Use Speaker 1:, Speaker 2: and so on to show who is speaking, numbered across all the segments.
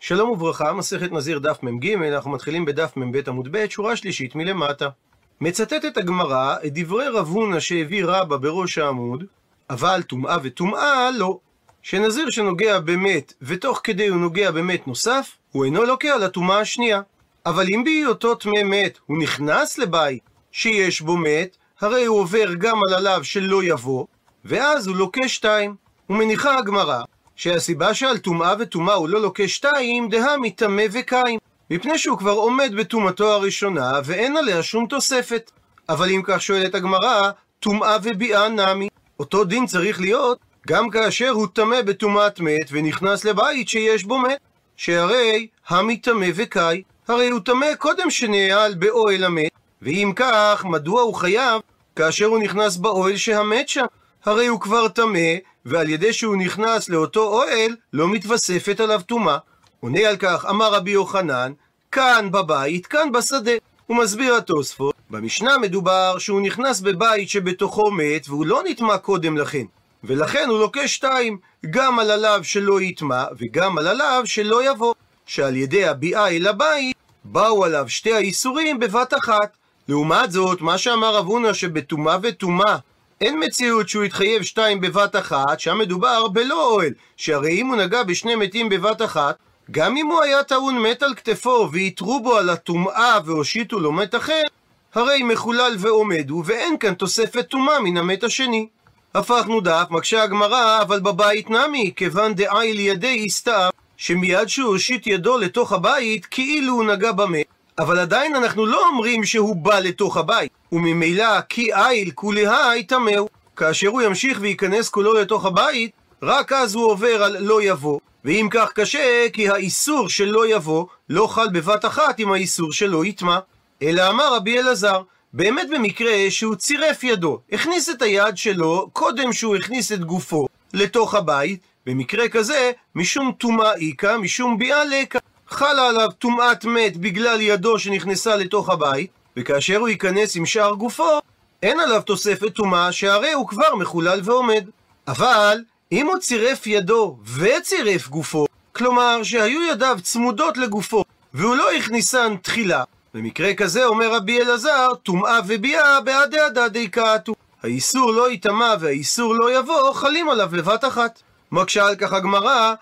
Speaker 1: שלום וברכה, מסכת נזיר דף מ"ג, אנחנו מתחילים בדף מ"ב עמוד ב', שורה שלישית מלמטה. מצטטת הגמרא את דברי רב הונא שהביא רבא בראש העמוד, אבל טומאה וטומאה לא. שנזיר שנוגע במת ותוך כדי הוא נוגע במת נוסף, הוא אינו לוקה על הטומאה השנייה. אבל אם בהיותו טמא מת הוא נכנס לבית שיש בו מת, הרי הוא עובר גם על הלאו שלא יבוא, ואז הוא לוקה שתיים. ומניחה הגמרא שהסיבה שעל טומאה וטומאה הוא לא לוקה שתיים, דהה מטמא וקיים, מפני שהוא כבר עומד בטומאתו הראשונה ואין עליה שום תוספת. אבל אם כך שואלת הגמרא, טומאה וביאה נמי, אותו דין צריך להיות גם כאשר הוא טמא בטומאת מת ונכנס לבית שיש בו מת, שהרי המטמא וקיים, הרי הוא טמא קודם שנעל באוהל המת, ואם כך מדוע הוא חייב כאשר הוא נכנס באוהל שהמת שם? הרי הוא כבר טמא, ועל ידי שהוא נכנס לאותו אוהל לא מתווספת עליו טומאה. עונה על כך אמר רבי יוחנן, כאן בבית, כאן בשדה. הוא מסביר התוספות, במשנה מדובר שהוא נכנס בבית שבתוכו מת והוא לא נטמא קודם לכן, ולכן הוא לוקה שתיים, גם על הלאו שלא יטמא וגם על הלאו שלא יבוא, שעל ידי הביאה אל הבית באו עליו שתי האיסורים בבת אחת. לעומת זאת, מה שאמר רב הונא שבטומאה וטומאה אין מציאות שהוא יתחייב שתיים בבת אחת, שם מדובר בלא אוהל, שהרי אם הוא נגע בשני מתים בבת אחת, גם אם הוא היה טעון מת על כתפו ויתרו בו על הטומאה והושיטו לו מת אחר, הרי מחולל ועומדו, ואין כאן תוספת טומאה מן המת השני. הפכנו דף, מקשה הגמרא, אבל בבית נמי, כיוון דאי לידי הסתער, שמיד שהוא הושיט ידו לתוך הבית כאילו הוא נגע במת, אבל עדיין אנחנו לא אומרים שהוא בא לתוך הבית, וממילא כי איל כולי טמאו. כאשר הוא ימשיך וייכנס כולו לתוך הבית, רק אז הוא עובר על לא יבוא, ואם כך קשה, כי האיסור של לא יבוא לא חל בבת אחת עם האיסור שלא יטמא. אלא אמר רבי אלעזר, באמת במקרה שהוא צירף ידו, הכניס את היד שלו קודם שהוא הכניס את גופו לתוך הבית, במקרה כזה משום טומאה איכא משום ביאה לקא, חלה עליו טומאת מת בגלל ידו שנכנסה לתוך הבית, וכאשר הוא ייכנס עם שאר גופו אין עליו תוספת טומאה, שהרי הוא כבר מחולל ועומד. אבל אם הוא צירף ידו וצירף גופו, כלומר שהיו ידיו צמודות לגופו והוא לא הכניסן תחילה, במקרה כזה אומר רבי אלעזר, טומאה וביאה בעדי הדדי קאטו, האיסור לא יטמא והאיסור לא יבוא חלים עליו לבת אחת. מקשה על כך הגמרא,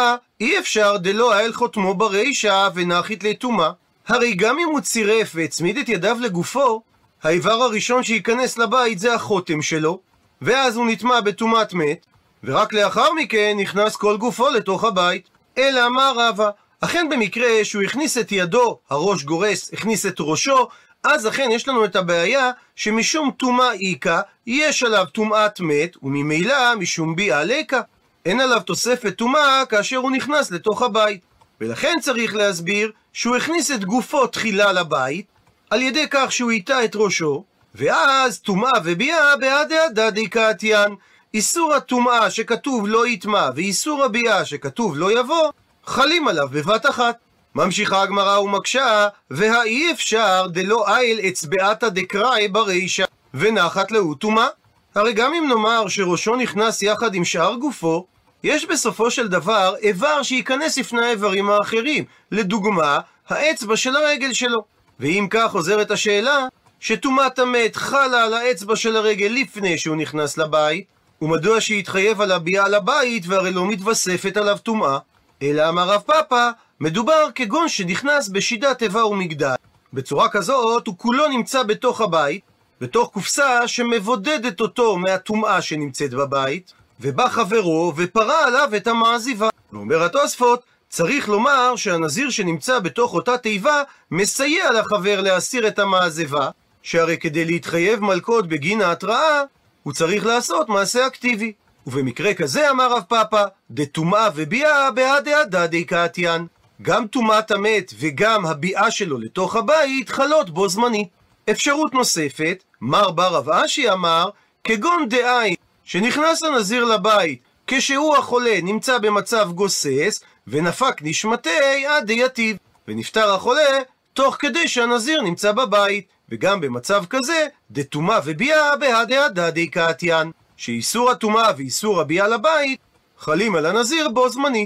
Speaker 1: אי אפשר דלא האל חותמו ברישא ונחית לטומאה. הרי גם אם הוא צירף והצמיד את ידיו לגופו, האיבר הראשון שייכנס לבית זה החותם שלו, ואז הוא נטמא בטומאת מת, ורק לאחר מכן נכנס כל גופו לתוך הבית. אלא אמר רבא, אכן במקרה שהוא הכניס את ידו, הראש גורס, הכניס את ראשו, אז אכן יש לנו את הבעיה שמשום טומאה איכא יש עליו טומאת מת, וממילא משום ביאה לקא אין עליו תוספת טומאה כאשר הוא נכנס לתוך הבית. ולכן צריך להסביר שהוא הכניס את גופו תחילה לבית, על ידי כך שהוא איתה את ראשו, ואז טומאה וביאה בעדי הדדי קאטיין, איסור הטומאה שכתוב לא יטמא ואיסור הביאה שכתוב לא יבוא חלים עליו בבת אחת. ממשיכה הגמרא ומקשה, והאי אפשר דלא איל אצבעתא דקראי ברישא ונחת להו טומאה. הרי גם אם נאמר שראשו נכנס יחד עם שאר גופו, יש בסופו של דבר איבר שייכנס לפני האיברים האחרים, לדוגמה האצבע של הרגל שלו. ואם כך עוזרת השאלה שטומאת המת חלה על האצבע של הרגל לפני שהוא נכנס לבית, ומדוע שיתחייב על הביאה לבית והרי לא מתווספת עליו טומאה? אלא אמר רב פאפא, מדובר כגון שנכנס בשידת איבה ומגדל. בצורה כזאת הוא כולו נמצא בתוך הבית, בתוך קופסה שמבודדת אותו מהטומאה שנמצאת בבית, ובא חברו ופרה עליו את המעזיבה. ואומר התוספות, צריך לומר שהנזיר שנמצא בתוך אותה תיבה מסייע לחבר להסיר את המעזיבה, שהרי כדי להתחייב מלכות בגין ההתראה הוא צריך לעשות מעשה אקטיבי. ובמקרה כזה אמר רב פאפא, דטומאה וביאה בעדי הדדי קאטיין, גם טומאת המת וגם הביאה שלו לתוך הבית חלות בו זמנית. אפשרות נוספת, מר בר רב אשי אמר, כגון דאי שנכנס הנזיר לבית כשהוא החולה נמצא במצב גוסס ונפק נשמתי עד דיתיב, ונפטר החולה תוך כדי שהנזיר נמצא בבית, וגם במצב כזה דטומאה וביאה בעדי הדדי קאטיין, שאיסור הטומאה ואיסור הביאה לבית חלים על הנזיר בו זמנית.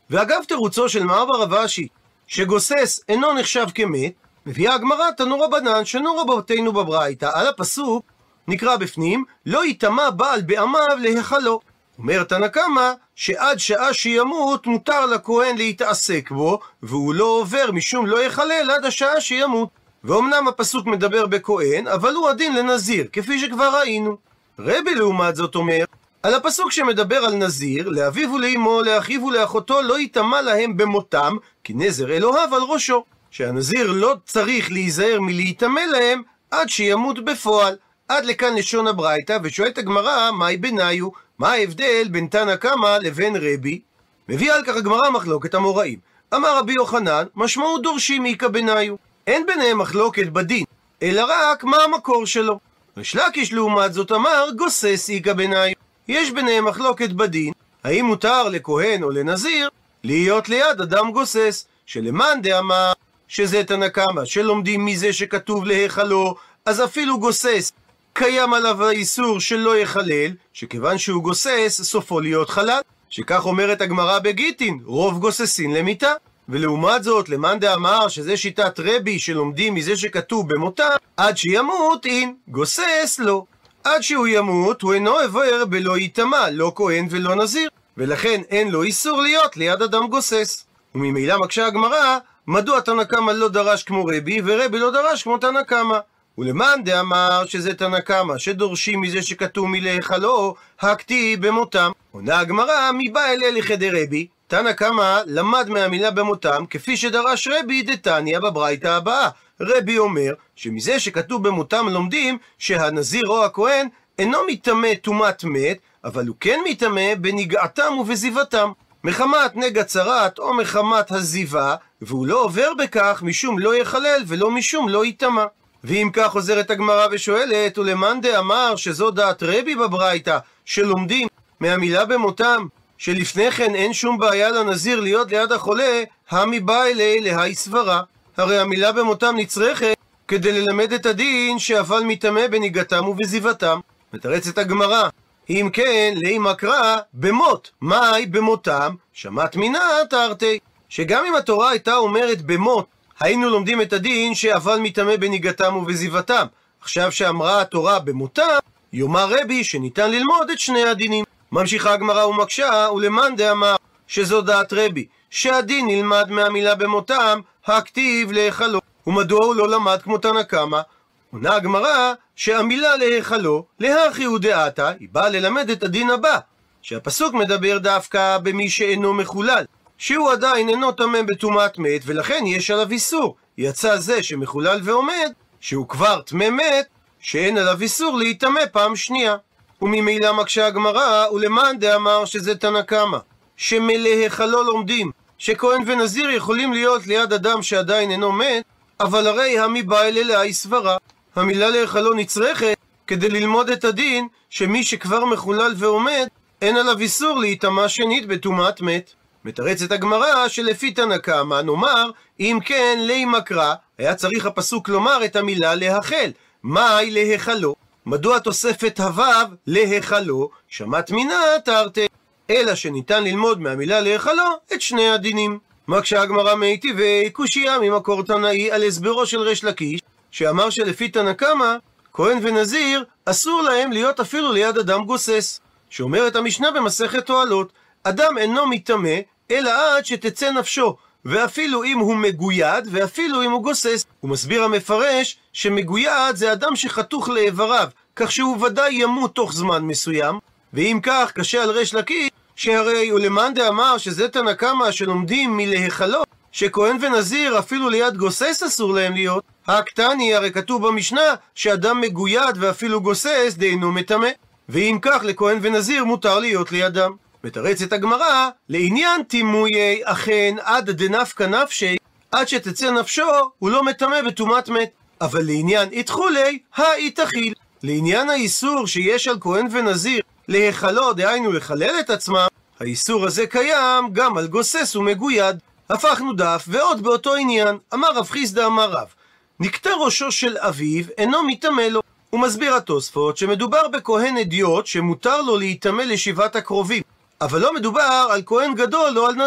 Speaker 1: ואגב תירוצו של מעבר רב אשי, שגוסס אינו נחשב כמת, מביאה הגמרא תנו רבנן שנו רבותינו בברייתא, על הפסוק נקרא בפנים, לא יטמא בעל בעמיו להיכלו. אומר תנא קמא שעד שעה שימות מותר לכהן להתעסק בו, והוא לא עובר משום לא יחלל עד השעה שימות. ואומנם הפסוק מדבר בכהן, אבל הוא הדין לנזיר, כפי שכבר ראינו. רבי לעומת זאת אומר, על הפסוק שמדבר על נזיר, לאביו ולאמו, לאחיו ולאחותו לא יטמא להם במותם, כי נזר אלוהיו על ראשו. שהנזיר לא צריך להיזהר מלהיטמא להם עד שימות בפועל. עד לכאן לשון הברייתא, ושואלת הגמרא, מהי ביניו? מה ההבדל בין תנא קמא לבין רבי? מביאה על כך הגמרא מחלוקת אמוראים. אמר רבי יוחנן, משמעות דורשים איכא ביניו. אין ביניהם מחלוקת בדין, אלא רק מה המקור שלו. ריש לקיש לעומת זאת אמר, גוסס איכא ביניו. יש ביניהם מחלוקת בדין, האם מותר לכהן או לנזיר להיות ליד אדם גוסס, שלמאן דאמר שזה תנא קמא, שלומדים מזה שכתוב להיכלו, אז אפילו גוסס קיים עליו האיסור שלא יחלל, שכיוון שהוא גוסס סופו להיות חלל, שכך אומרת הגמרא בגיטין, רוב גוססין למיתה. ולעומת זאת, למאן דאמר שזה שיטת רבי שלומדים מזה שכתוב במותה, עד שימות אין, גוסס לא. עד שהוא ימות הוא אינו עובר בלא יטמא, לא כהן ולא נזיר, ולכן אין לו איסור להיות ליד אדם גוסס. וממילא מקשה הגמרא, מדוע תנא קמא לא דרש כמו רבי, ורבי לא דרש כמו תנא קמא? ולמאן דאמר שזה תנא קמא, שדורשים מזה שכתוב מלהיכלו, הכתיב במותם. עונה הגמרא, מבא אלה לכדרבי, תנא קמא למד מהמילה במותם, כפי שדרש רבי דתניא בברייתא הבאה. רבי אומר שמזה שכתוב במותם לומדים שהנזיר או הכהן אינו מטמא טומאת מת, אבל הוא כן מטמא בנגעתם ובזיבתם, מחמת נגע צרת או מחמת הזיבה, והוא לא עובר בכך משום לא יחלל ולא משום לא יטמא. ואם כך חוזרת הגמרא ושואלת, ולמאן דאמר שזו דעת רבי בברייתא, שלומדים מהמילה במותם, שלפני כן אין שום בעיה לנזיר להיות ליד החולה, המי בא אלי להי סברה. הרי המילה במותם נצרכת כדי ללמד את הדין שאבל מטמא בנגעתם ובזיבתם. מתרצת הגמרא, אם כן, לימה קרא במות, מהי במותם? שמעת מינה תרתי. שגם אם התורה הייתה אומרת במות, היינו לומדים את הדין שאבל מטמא בנגעתם ובזיבתם. עכשיו שאמרה התורה במותם, יאמר רבי שניתן ללמוד את שני הדינים. ממשיכה הגמרא ומקשה, ולמאן דאמר שזו דעת רבי, שהדין נלמד מהמילה במותם, הכתיב להיכלו. ומדוע הוא לא למד כמו תנא קמא? עונה הגמרא שהמילה להיכלו, להכי הוא דעתה, היא באה ללמד את הדין הבא, שהפסוק מדבר דווקא במי שאינו מחולל, שהוא עדיין אינו טמא בטומאת מת, ולכן יש עליו איסור. יצא זה שמחולל ועומד, שהוא כבר טמא מת, שאין עליו איסור להיטמא פעם שנייה. וממילא מקשה הגמרא, ולמאן דאמר שזה תנא קמא, שמלהיכלו לומדים שכהן ונזיר יכולים להיות ליד אדם שעדיין אינו מת, אבל הרי המי בא אלה להי סברה. המילה להיכלו נצרכת כדי ללמוד את הדין שמי שכבר מחולל ועומד, אין עליו איסור להיטמא שנית בטומאת מת. מתרצת הגמרא שלפי תנא קמא נאמר, אם כן לימה קרא, היה צריך הפסוק לומר את המילה להחל. מהי להיכלו? מדוע תוספת הוו להיכלו? שמעת מינה תרתי. אלא שניתן ללמוד מהמילה להיכלו את שני הדינים. מקשה הגמרא מיטיבי קושיה ממקור תנאי על הסברו של ריש לקיש, שאמר שלפי תנא קמא, כהן ונזיר אסור להם להיות אפילו ליד אדם גוסס. שאומרת המשנה במסכת תועלות, אדם אינו מטמא אלא עד שתצא נפשו, ואפילו אם הוא מגויד ואפילו אם הוא גוסס. הוא מסביר המפרש שמגויד זה אדם שחתוך לאיבריו, כך שהוא ודאי ימות תוך זמן מסוים. ואם כך קשה על ריש לקיש, שהרי ולמאן דאמר שזה תנא קמא שלומדים מלהיכלו, שכהן ונזיר אפילו ליד גוסס אסור להם להיות. הקטני, הרי כתוב במשנה שאדם מגויד ואפילו גוסס דאינו מטמא, ואם כך לכהן ונזיר מותר להיות לידם. מתרצת הגמרא, לעניין תימויי אכן עד דנפקא נפשי, עד שתצא נפשו הוא לא מטמא בטומאת מת, אבל לעניין איתחולי האיתחיל, לעניין האיסור שיש על כהן ונזיר להיכלו, דהיינו לחלל את עצמם, האיסור הזה קיים גם על גוסס ומגויד. הפכנו דף ועוד באותו עניין. אמר רב חיסדא אמר רב, נקטע ראשו של אביו אינו מטמא לו. הוא מסביר התוספות שמדובר בכהן אדיוט שמותר לו להיטמא לשבעת הקרובים, אבל לא מדובר על כהן גדול או על נזיר.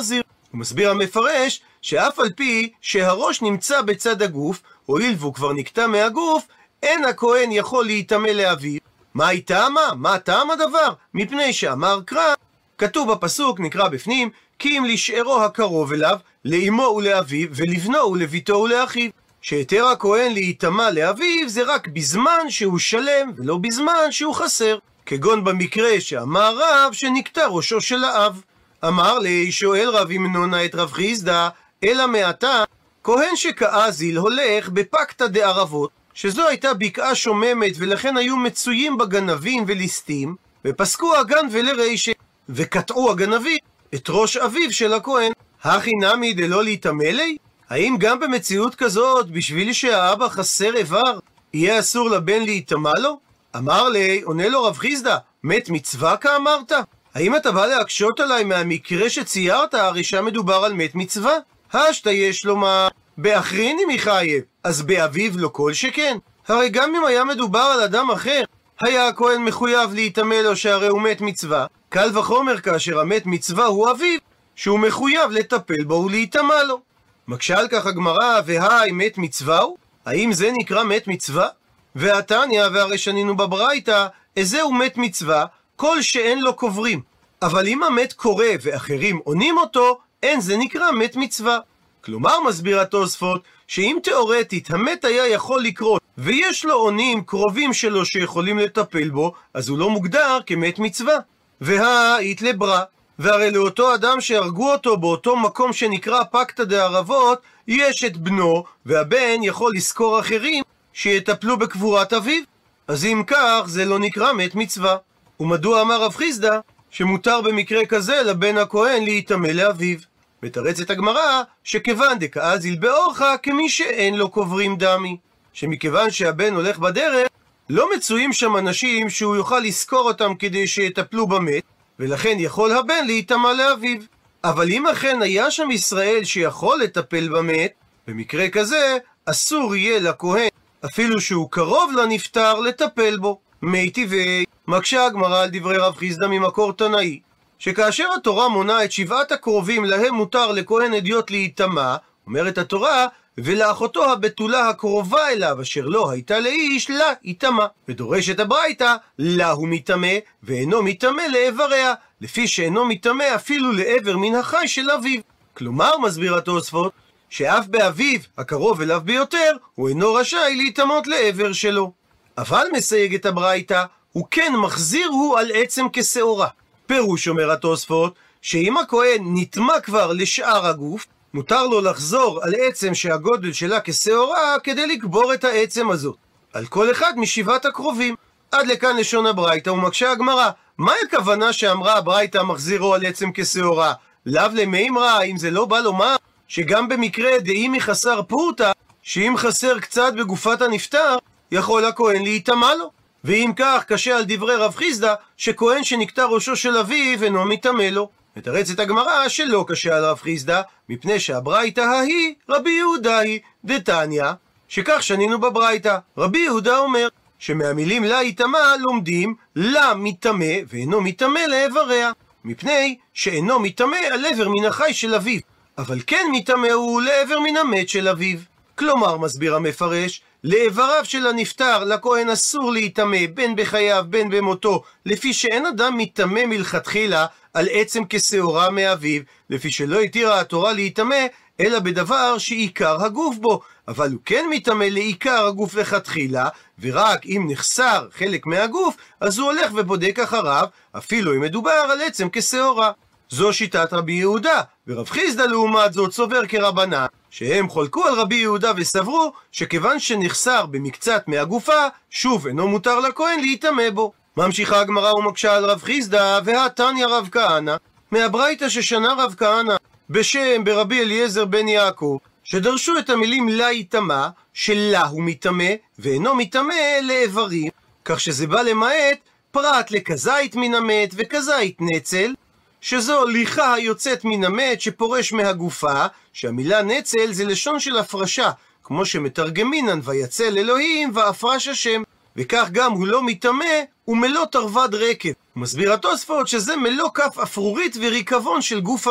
Speaker 1: הוא מסביר המפרש שאף על פי שהראש נמצא בצד הגוף, הואיל והוא כבר נקטע מהגוף, אין הכהן יכול להיטמא לאביו. מה היא טעמה? מה טעם הדבר? מפני שאמר קרא, כתוב בפסוק, נקרא בפנים, כי אם לשארו הקרוב אליו, לאמו ולאביו, ולבנו ולביתו ולאחיו. שהיתר הכהן להיטמא לאביו זה רק בזמן שהוא שלם, ולא בזמן שהוא חסר. כגון במקרה שאמר רב שנקטע ראשו של האב. אמר לי, שואל רב ימנונה את רב חיסדא, אלא מעתה, כהן שכאזיל הולך בפקתא דערבות, שזו הייתה בקעה שוממת ולכן היו מצויים בגנבים וליסטים, ופסקו הגן ולרישה, וקטעו הגנבים את ראש אביו של הכהן. הכי נמי דלא להיטמא לי? האם גם במציאות כזאת, בשביל שהאבא חסר איבר, יהיה אסור לבן להיטמא לו? אמר לי, עונה לו רב חיסדא, מת מצווה כאמרת? האם אתה בא להקשות עליי מהמקרה שציירת, הרי שם מדובר על מת מצווה? השתא יש לומר, באחריני מחייב, אז באביו לא כל שכן. הרי גם אם היה מדובר על אדם אחר, היה הכהן מחויב להיטמא לו שהרי הוא מת מצווה, קל וחומר כאשר המת מצווה הוא אביו, שהוא מחויב לטפל בו ולהיטמא לו. מקשה על כך הגמרא, והי מת מצווה הוא? האם זה נקרא מת מצווה? והתניא, והרי שנינו בברייתא, איזהו מת מצווה, כל שאין לו קוברים. אבל אם המת קורא ואחרים עונים אותו, אין זה נקרא מת מצווה. כלומר, מסביר התוספות, שאם תיאורטית המת היה יכול לקרות, ויש לו עונים קרובים שלו שיכולים לטפל בו, אז הוא לא מוגדר כמת מצווה. והאית לברה, והרי לאותו אדם שהרגו אותו באותו מקום שנקרא פקתא דערבות, יש את בנו, והבן יכול לזכור אחרים שיטפלו בקבורת אביו. אז אם כך, זה לא נקרא מת מצווה. ומדוע אמר רב חיסדא שמותר במקרה כזה לבן הכהן להיטמא לאביו? מתרצת הגמרא שכיוון דכאזיל באורחא כמי שאין לו קוברים דמי, שמכיוון שהבן הולך בדרך, לא מצויים שם אנשים שהוא יוכל לזכור אותם כדי שיטפלו במת, ולכן יכול הבן להיטמא לאביו. אבל אם אכן היה שם ישראל שיכול לטפל במת, במקרה כזה אסור יהיה לכהן, אפילו שהוא קרוב לנפטר, לטפל בו. מי טבעי, מקשה הגמרא על דברי רב חיסדא ממקור תנאי, שכאשר התורה מונה את 7 הקרובים להם מותר לכהן אדיוט להיטמא, אומרת התורה, ולאחותו הבתולה הקרובה אליו אשר לא הייתה לאיש, לה היטמא. ודורשת הברייתא, לה הוא מיטמא, ואינו מיטמא לאיבריה, לפי שאינו מיטמא אפילו לעבר מן החי של אביו. כלומר, מסביר התוספות, שאף באביו, הקרוב אליו ביותר, הוא אינו רשאי להיטמאות לעבר שלו. אבל מסייגת הברייתא, הוא כן מחזיר הוא על עצם כשעורה. פירוש, אומר התוספות, שאם הכהן נטמא כבר לשאר הגוף, מותר לו לחזור על עצם שהגודל שלה כשעורה כדי לקבור את העצם הזאת, על כל אחד מ7 הקרובים. עד לכאן לשון הברייתא. ומקשה הגמרא, מה הכוונה שאמרה הברייתא מחזירו על עצם כשעורה? לאו למימרא, אם זה לא בא לומר שגם במקרה דאם חסר פורתא, שאם חסר קצת בגופת הנפטר, יכול הכהן להיטמא לו. ואם כך, קשה על דברי רב חיסדא שכהן שנקטע ראשו של אביו אינו מיטמא לו. מתרצת הגמרא שלא קשה על רב חיסדא, מפני שהברייתא ההיא רבי יהודה היא דתניא, שכך שנינו בברייתא. רבי יהודה אומר שמהמילים לה היטמא לומדים לה מיטמא ואינו מיטמא לאיבריה, מפני שאינו מיטמא על עבר מן החי של אביו, אבל כן מיטמא הוא לעבר מן המת של אביו. כלומר, מסביר המפרש, לאיבריו של הנפטר לכהן אסור להיטמא בין בחייו בין במותו, לפי שאין אדם מיטמא מלכתחילה על עצם כשעורה מאביו, לפי שלא התירה התורה להיטמא אלא בדבר שעיקר הגוף בו, אבל הוא כן מיטמא לעיקר הגוף לכתחילה, ורק אם נחסר חלק מהגוף אז הוא הולך ובודק אחריו, אפילו אם מדובר על עצם כשעורה. זו שיטת רבי יהודה, ורב חיסדא לעומת זאת סובר כרבנן, שהם חולקו על רבי יהודה וסברו שכיוון שנחסר במקצת מהגופה, שוב אינו מותר לכהן להיטמא בו. ממשיכה הגמרא ומקשה על רב חיסדא, והתניא רב כהנא, מהברייתא ששנה רב כהנא בשם ברבי אליעזר בן יעקב, שדרשו את המילים לה היטמא, שלה הוא מיטמא ואינו מיטמא לאיברים, כך שזה בא למעט פרט לכזית מן המת וכזית נצל, שזו ליכה היוצאת מן המת שפורש מהגופה, שהמילה נצל זה לשון של הפרשה, כמו שמתרגמינן ויצל אלוהים והפרש השם, וכך גם הוא לא מיטמא ומלוא תרווד רקב. מסביר התוספות שזה מלוא כף אפרורית וריקבון של גוף המת.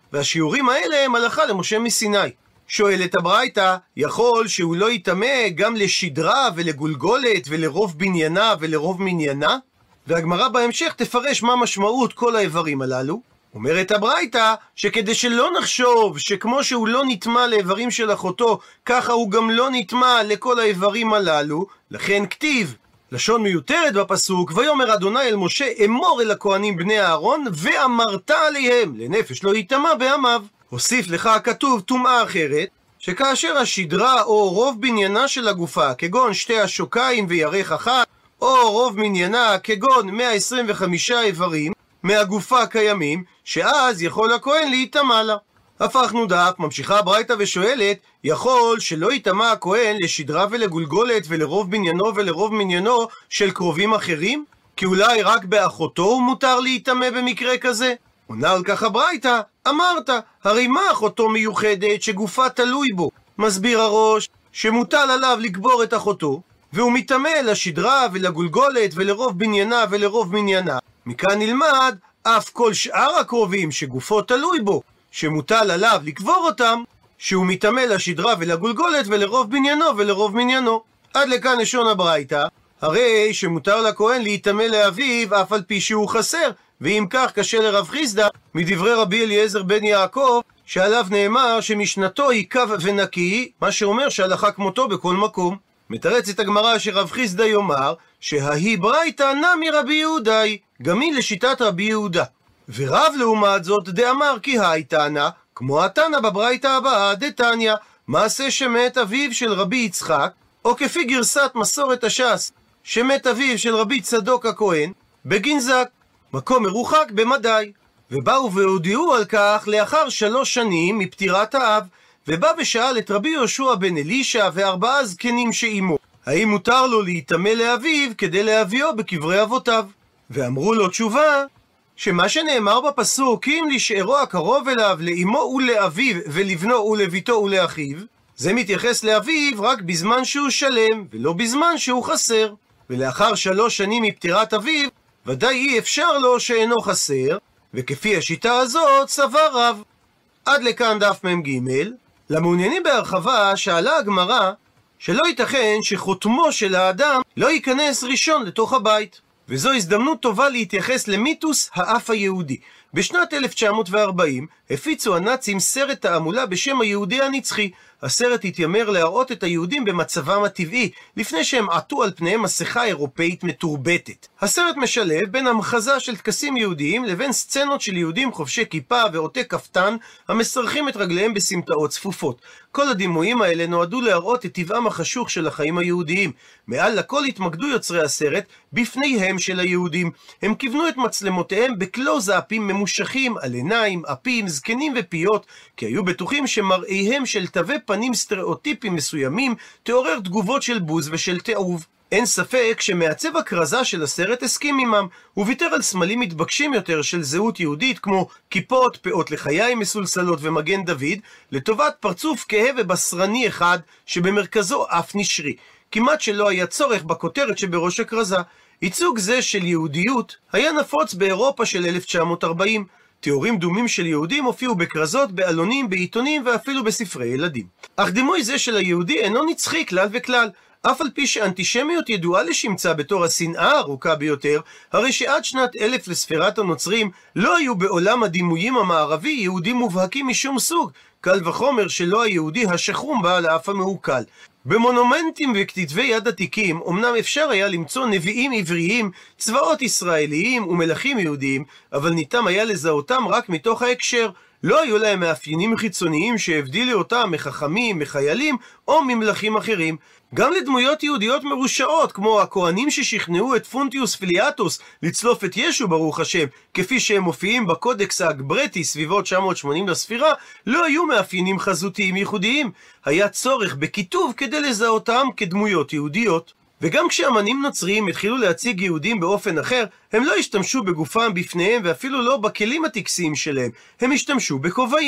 Speaker 1: והשיעורים האלה הם הלכה למשה מסיני. שואלת הברייתא, יכול שהוא לא יטמא גם לשדרה ולגולגולת ולרוב בניינה ולרוב מניינה? והגמרא בהמשך תפרש מה משמעות כל האיברים הללו. אומרת הברייתא שכדי שלא נחשוב שכמו שהוא לא נטמא לאיברים של אחותו, ככה הוא גם לא נטמא לכל האיברים הללו, לכן כתיב לשון מיותרת בפסוק, ויאמר אדוני אל משה אמור אל הכהנים בני אהרון ואמרת עליהם לנפש לא יטמא בעמיו. הוסיף לך הכתוב טומאה אחרת, שכאשר השדרה או רוב בניינה של הגופה כגון שתי השוקיים וירך אחת, או רוב מניינה כגון 125 איברים מהגופה קיימים, שאז יכול הכהן להיטמא לה. הפכנו דף, ממשיכה הברייתא ושואלת, יכול שלא יטמא הכהן לשדרה ולגולגולת ולרוב בניינו ולרוב מניינו של קרובים אחרים? כי אולי רק באחותו הוא מותר להיטמא במקרה כזה? עונה על כך הברייתא, אמרת, הרי מה אחותו מיוחדת שגופה תלוי בו? מסביר הראש שמוטל עליו לקבור את אחותו, והוא מטמא לשדרה ולגולגולת ולרוב בניינה ולרוב מניינה. מכאן נלמד אף כל שאר הקרובים שגופו תלוי בו, שמוטל עליו לקבור אותם, שהוא מטמא לשדרה ולגולגולת ולרוב בניינו ולרוב מניינו. עד לכאן לשון הברייתא, הרי שמותר לכהן להיטמא לאביו אף על פי שהוא חסר, ואם כך קשה לרב חיסדא מדברי רבי אליעזר בן יעקב, שעליו נאמר שמשנתו היא קו ונקי, מה שאומר שהלכה כמותו בכל מקום. מתרצת הגמרא שרב חיסדא יאמר שההי ברייתא נמי רבי יהודה היא, גם היא לשיטת רבי יהודה. ורב לעומת זאת דאמר כי היי תנא, כמו התנא בברייתא הבאה דתניא, מעשה שמת אביו של רבי יצחק, או כפי גרסת מסורת הש"ס, שמת אביו של רבי צדוק הכהן בגנזק, מקום מרוחק במדי. ובאו והודיעו על כך לאחר 3 שנים מפטירת האב, ובא ושאל את רבי יהושע בן אלישע ו4 זקנים שעימו, האם מותר לו להיטמא לאביו כדי להביאו בקברי אבותיו? ואמרו לו תשובה, שמה שנאמר בפסוק, אם לשארו הקרוב אליו, לאמו ולאביו, ולבנו ולביתו ולאחיו, זה מתייחס לאביו רק בזמן שהוא שלם, ולא בזמן שהוא חסר. ולאחר 3 שנים מפטירת אביו, ודאי אי אפשר לו שאינו חסר, וכפי השיטה הזאת סבר רב. עד לכאן דף מ"ג. למעוניינים בהרחבה שאלה הגמרא שלא ייתכן שחותמו של האדם לא ייכנס ראשון לתוך הבית, וזו הזדמנות טובה להתייחס למיתוס האף היהודי. בשנת 1940 הפיצו הנאצים סרט תעמולה בשם היהודי הנצחי. הסרט התיימר להראות את היהודים במצבם הטבעי, לפני שהם עטו על פניהם מסכה אירופאית מתורבתת. הסרט משלב בין המחזה של טקסים יהודיים לבין סצנות של יהודים חובשי כיפה ועוטי כפתן המשרכים את רגליהם בסמטאות צפופות. כל הדימויים האלה נועדו להראות את טבעם החשוך של החיים היהודיים. מעל לכל התמקדו יוצרי הסרט בפניהם של היהודים. הם כיוונו את מצלמותיהם בקלוזאפים ממושכים על עיניים, אפים, זקנים ופיות, כי היו בטוחים שמראיהם של תווי פנים סטריאוטיפים מסוימים תעורר תגובות של בוז ושל תיעוב. אין ספק שמעצב הכרזה של הסרט הסכים עמם, וויתר על סמלים מתבקשים יותר של זהות יהודית כמו כיפות, פאות לחיים מסולסלות ומגן דוד, לטובת פרצוף כהה ובשרני אחד שבמרכזו אף נשרי. כמעט שלא היה צורך בכותרת שבראש הכרזה. ייצוג זה של יהודיות היה נפוץ באירופה של 1940. תיאורים דומים של יהודים הופיעו בכרזות, בעלונים, בעיתונים ואפילו בספרי ילדים. אך דימוי זה של היהודי אינו נצחי כלל וכלל. אף על פי שאנטישמיות ידועה לשמצה בתור השנאה הארוכה ביותר, הרי שעד שנת 1000 לספירת הנוצרים לא היו בעולם הדימויים המערבי יהודים מובהקים משום סוג, קל וחומר שלא היהודי השחום בעל האף המעוקל. במונומנטים וכתבי יד עתיקים אמנם אפשר היה למצוא נביאים עבריים, צבאות ישראליים ומלכים יהודיים, אבל ניתן היה לזהותם רק מתוך ההקשר. לא היו להם מאפיינים חיצוניים שהבדילו אותם מחכמים, מחיילים או ממלכים אחרים. גם לדמויות יהודיות מרושעות, כמו הכהנים ששכנעו את פונטיוס פיליאטוס לצלוף את ישו ברוך השם, כפי שהם מופיעים בקודקס האגברטי סביבות 980 לספירה, לא היו מאפיינים חזותיים ייחודיים. היה צורך בכיתוב כדי לזהותם כדמויות יהודיות. וגם כשאמנים נוצריים התחילו להציג יהודים באופן אחר, הם לא השתמשו בגופם בפניהם ואפילו לא בכלים הטקסיים שלהם, הם השתמשו בכובעים.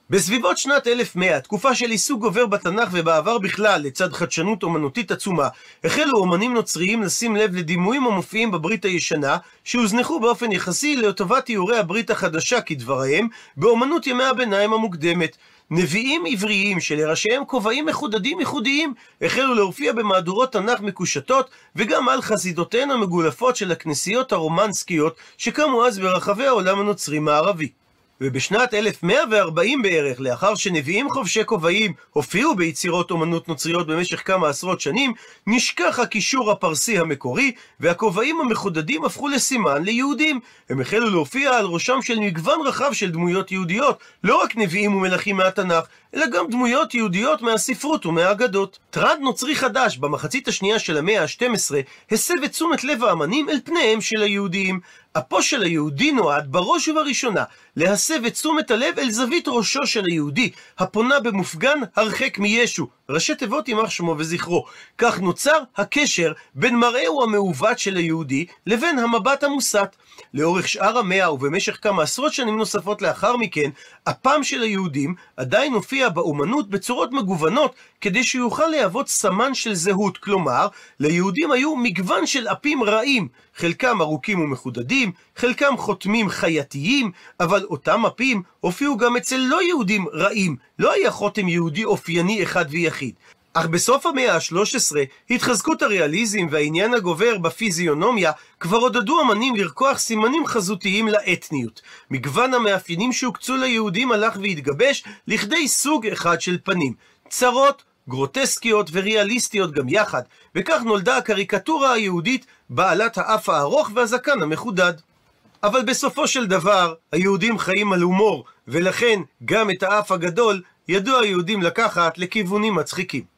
Speaker 1: בסביבות שנת 1100, תקופה של עיסוק גובר בתנ"ך ובעבר בכלל, לצד חדשנות אומנותית עצומה, החלו אומנים נוצריים לשים לב לדימויים המופיעים בברית הישנה, שהוזנחו באופן יחסי לטובת תיאורי הברית החדשה כדבריהם, באומנות ימי הביניים המוקדמת. נביאים עבריים שלראשיהם כובעים מחודדים ייחודיים החלו להופיע במהדורות תנ"ך מקושטות, וגם על חסידותיהן המגולפות של הכנסיות הרומנסקיות שקמו אז ברחבי העולם הנוצרי מערבי. ובשנת 1140 בערך, לאחר שנביאים חובשי כובעים הופיעו ביצירות אומנות נוצריות במשך כמה עשרות שנים, נשכח הקישור הפרסי המקורי, והכובעים המחודדים הפכו לסימן ליהודים. הם החלו להופיע על ראשם של מגוון רחב של דמויות יהודיות, לא רק נביאים ומלכים מהתנ"ך, אלא גם דמויות יהודיות מהספרות ומהאגדות. טרנד נוצרי חדש במחצית השנייה של המאה ה-12 הסב את תשומת לב האמנים אל פניהם של היהודיים. אפו של היהודי נועד בראש ובראשונה להסב את תשומת הלב אל זווית ראשו של היהודי, הפונה במופגן הרחק מישו, ראשי תיבות יימח שמו וזכרו. כך נוצר הקשר בין מראהו המעוות של היהודי לבין המבט המוסת. לאורך שאר המאה ובמשך כמה עשרות שנים נוספות לאחר מכן, אפם של היהודים עדיין הופיע באומנות בצורות מגוונות, כדי שיוכל להוות סמן של זהות. כלומר, ליהודים היו מגוון של אפים רעים, חלקם ארוכים ומחודדים, חלקם חותמים חייתיים, אבל אותם אפים הופיעו גם אצל לא יהודים רעים. לא היה חותם יהודי אופייני אחד ויחיד. אך בסוף המאה ה-13, התחזקות הריאליזם והעניין הגובר בפיזיונומיה כבר עודדו אמנים לרקוח סימנים חזותיים לאתניות. מגוון המאפיינים שהוקצו ליהודים הלך והתגבש לכדי סוג אחד של פנים, צרות, גרוטסקיות וריאליסטיות גם יחד, וכך נולדה הקריקטורה היהודית בעלת האף הארוך והזקן המחודד. אבל בסופו של דבר, היהודים חיים על הומור, ולכן גם את האף הגדול ידעו היהודים לקחת לכיוונים מצחיקים.